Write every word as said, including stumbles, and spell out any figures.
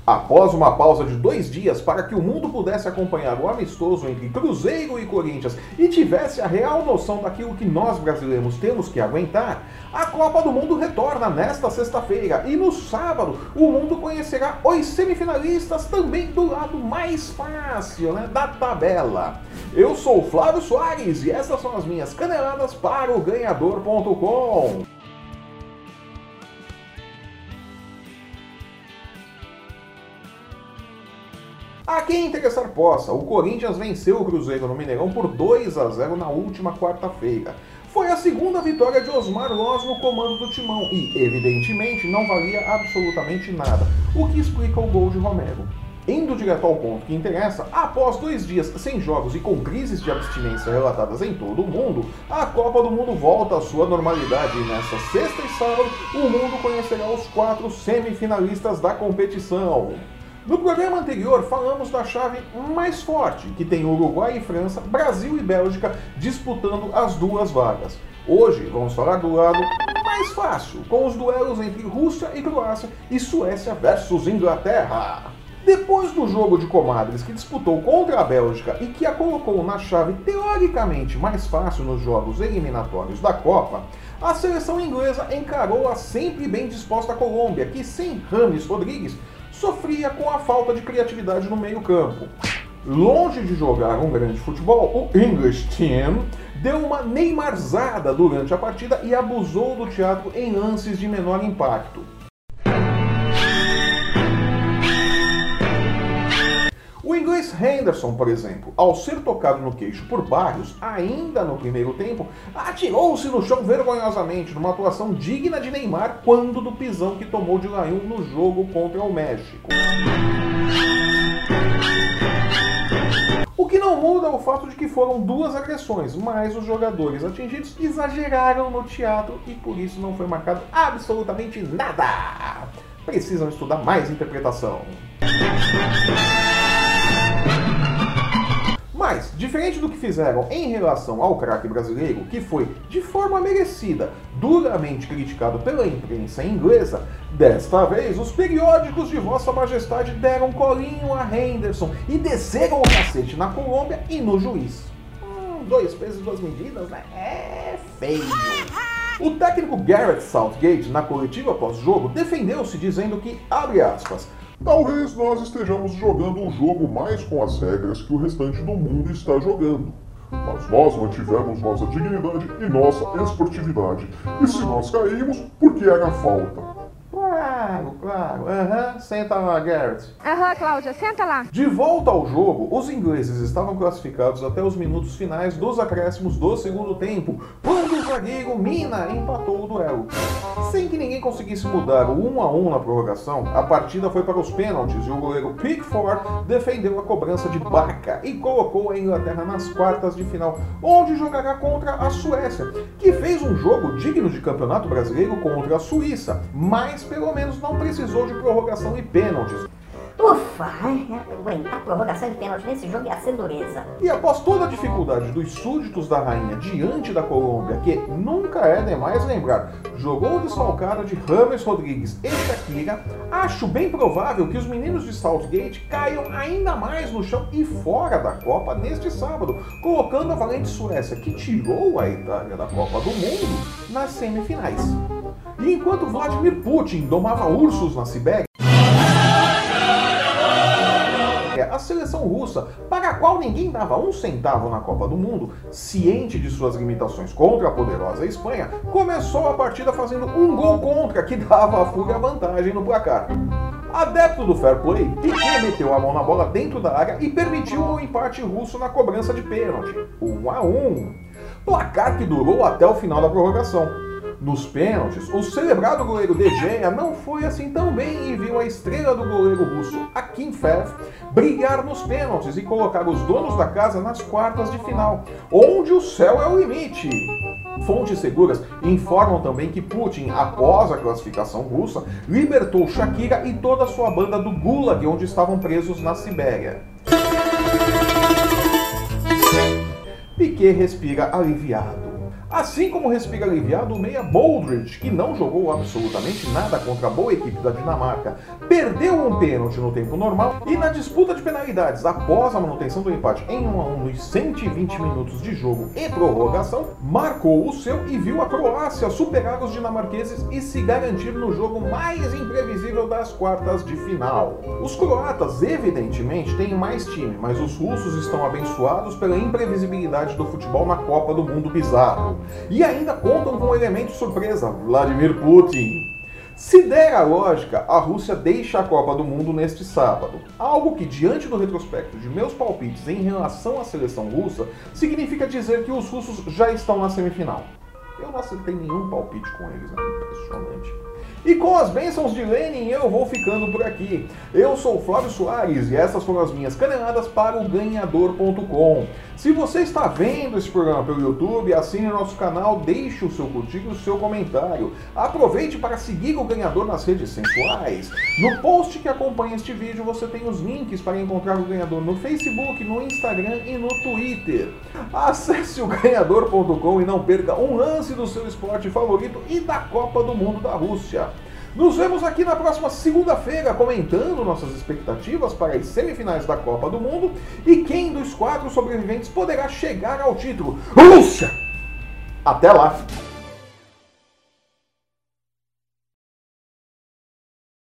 Após uma pausa de dois dias para que o mundo pudesse acompanhar o amistoso entre Cruzeiro e Corinthians e tivesse a real noção daquilo que nós brasileiros temos que aguentar, a Copa do Mundo retorna nesta sexta-feira e no sábado o mundo conhecerá os semifinalistas também do lado mais fácil, né, da tabela. Eu sou o Flávio Soares e essas são as minhas caneladas para o ganhador ponto com. A quem interessar possa, o Corinthians venceu o Cruzeiro no Mineirão por dois a zero na última quarta-feira. Foi a segunda vitória de Osmar Loz no comando do timão e, evidentemente, não valia absolutamente nada, o que explica o gol de Romero. Indo direto ao ponto que interessa, após dois dias sem jogos e com crises de abstinência relatadas em todo o mundo, a Copa do Mundo volta à sua normalidade e nesta sexta e sábado o mundo conhecerá os quatro semifinalistas da competição. No programa anterior, falamos da chave mais forte, que tem Uruguai e França, Brasil e Bélgica disputando as duas vagas. Hoje, vamos falar do lado mais fácil, com os duelos entre Rússia e Croácia e Suécia versus Inglaterra. Depois do jogo de comadres que disputou contra a Bélgica e que a colocou na chave teoricamente mais fácil nos jogos eliminatórios da Copa, a seleção inglesa encarou a sempre bem disposta Colômbia, que sem James Rodrigues sofria com a falta de criatividade no meio-campo. Longe de jogar um grande futebol, o English Team deu uma neymarzada durante a partida e abusou do teatro em lances de menor impacto. O inglês Henderson, por exemplo, ao ser tocado no queixo por Barrios, ainda no primeiro tempo, atirou-se no chão vergonhosamente, numa atuação digna de Neymar quando do pisão que tomou de Layún no jogo contra o México. O que não muda é o fato de que foram duas agressões, mas os jogadores atingidos exageraram no teatro e por isso não foi marcado absolutamente nada. Precisam estudar mais interpretação. Mas, diferente do que fizeram em relação ao craque brasileiro, que foi, de forma merecida, duramente criticado pela imprensa inglesa, desta vez os periódicos de Vossa Majestade deram colinho a Henderson e desceram o cacete na Colômbia e no juiz. Hum, dois pesos, duas medidas, né? É feio. O técnico Gareth Southgate, na coletiva pós-jogo, defendeu-se dizendo que, abre aspas, talvez nós estejamos jogando um jogo mais com as regras que o restante do mundo está jogando. Mas nós mantivemos nossa dignidade e nossa esportividade. E se nós caímos, porque era falta. Claro, claro. Aham, uhum. Senta lá, Gareth. Aham, uhum, Cláudia, senta lá. De volta ao jogo, os ingleses estavam classificados até os minutos finais dos acréscimos do segundo tempo, quando o zagueiro Mina empatou o duelo. Sem que ninguém conseguisse mudar o um a um na prorrogação, a partida foi para os pênaltis e o goleiro Pickford defendeu a cobrança de Barca e colocou a Inglaterra nas quartas de final, onde jogará contra a Suécia, que fez um jogo digno de campeonato brasileiro contra a Suíça, mas pelo menos não precisou de prorrogação e pênaltis. Ufa, aguentar prorrogação e pênalti nesse jogo ia ser dureza. E após toda a dificuldade dos súditos da rainha diante da Colômbia, que nunca é demais lembrar, jogou desfalcado de James Rodrigues e Shakira, acho bem provável que os meninos de Southgate caiam ainda mais no chão e fora da Copa neste sábado, colocando a valente Suécia, que tirou a Itália da Copa do Mundo, nas semifinais. E enquanto Vladimir Putin domava ursos na Sibéria, a seleção russa, para a qual ninguém dava um centavo na Copa do Mundo, ciente de suas limitações contra a poderosa Espanha, começou a partida fazendo um gol contra que dava a fúria vantagem no placar. Adepto do fair play, Piqué meteu a mão na bola dentro da área e permitiu o empate russo na cobrança de pênalti, um a um. Placar que durou até o final da prorrogação. Nos pênaltis, o celebrado goleiro De Gea não foi assim tão bem e viu a estrela do goleiro russo, Akinfeev, brilhar nos pênaltis e colocar os donos da casa nas quartas de final, onde o céu é o limite. Fontes seguras informam também que Putin, após a classificação russa, libertou Shakira e toda a sua banda do Gulag, onde estavam presos na Sibéria. Piqué respira aliviado. Assim como respira aliviado o meia Modric, que não jogou absolutamente nada contra a boa equipe da Dinamarca, perdeu um pênalti no tempo normal e na disputa de penalidades após a manutenção do empate em um a um nos cento e vinte minutos de jogo e prorrogação, marcou o seu e viu a Croácia superar os dinamarqueses e se garantir no jogo mais imprevisível das quartas de final. Os croatas evidentemente têm mais time, mas os russos estão abençoados pela imprevisibilidade do futebol na Copa do Mundo bizarro. E ainda contam com um elemento surpresa, Vladimir Putin. Se der a lógica, a Rússia deixa a Copa do Mundo neste sábado. Algo que, diante do retrospecto de meus palpites em relação à seleção russa, significa dizer que os russos já estão na semifinal. Eu não acertei nenhum palpite com eles, né? Impressionante. E com as bênçãos de Lenin, eu vou ficando por aqui. Eu sou o Flávio Soares e essas foram as minhas caneladas para o ganhador ponto com. Se você está vendo esse programa pelo YouTube, assine o nosso canal, deixe o seu curtir e o seu comentário. Aproveite para seguir o Ganhador nas redes sensuais. No post que acompanha este vídeo, você tem os links para encontrar o Ganhador no Facebook, no Instagram e no Twitter. Acesse o ganhador ponto com e não perca um lance do seu esporte favorito e da Copa do Mundo da Rússia. Nos vemos aqui na próxima segunda-feira comentando nossas expectativas para as semifinais da Copa do Mundo e quem dos quatro sobreviventes poderá chegar ao título. Rússia! Até lá!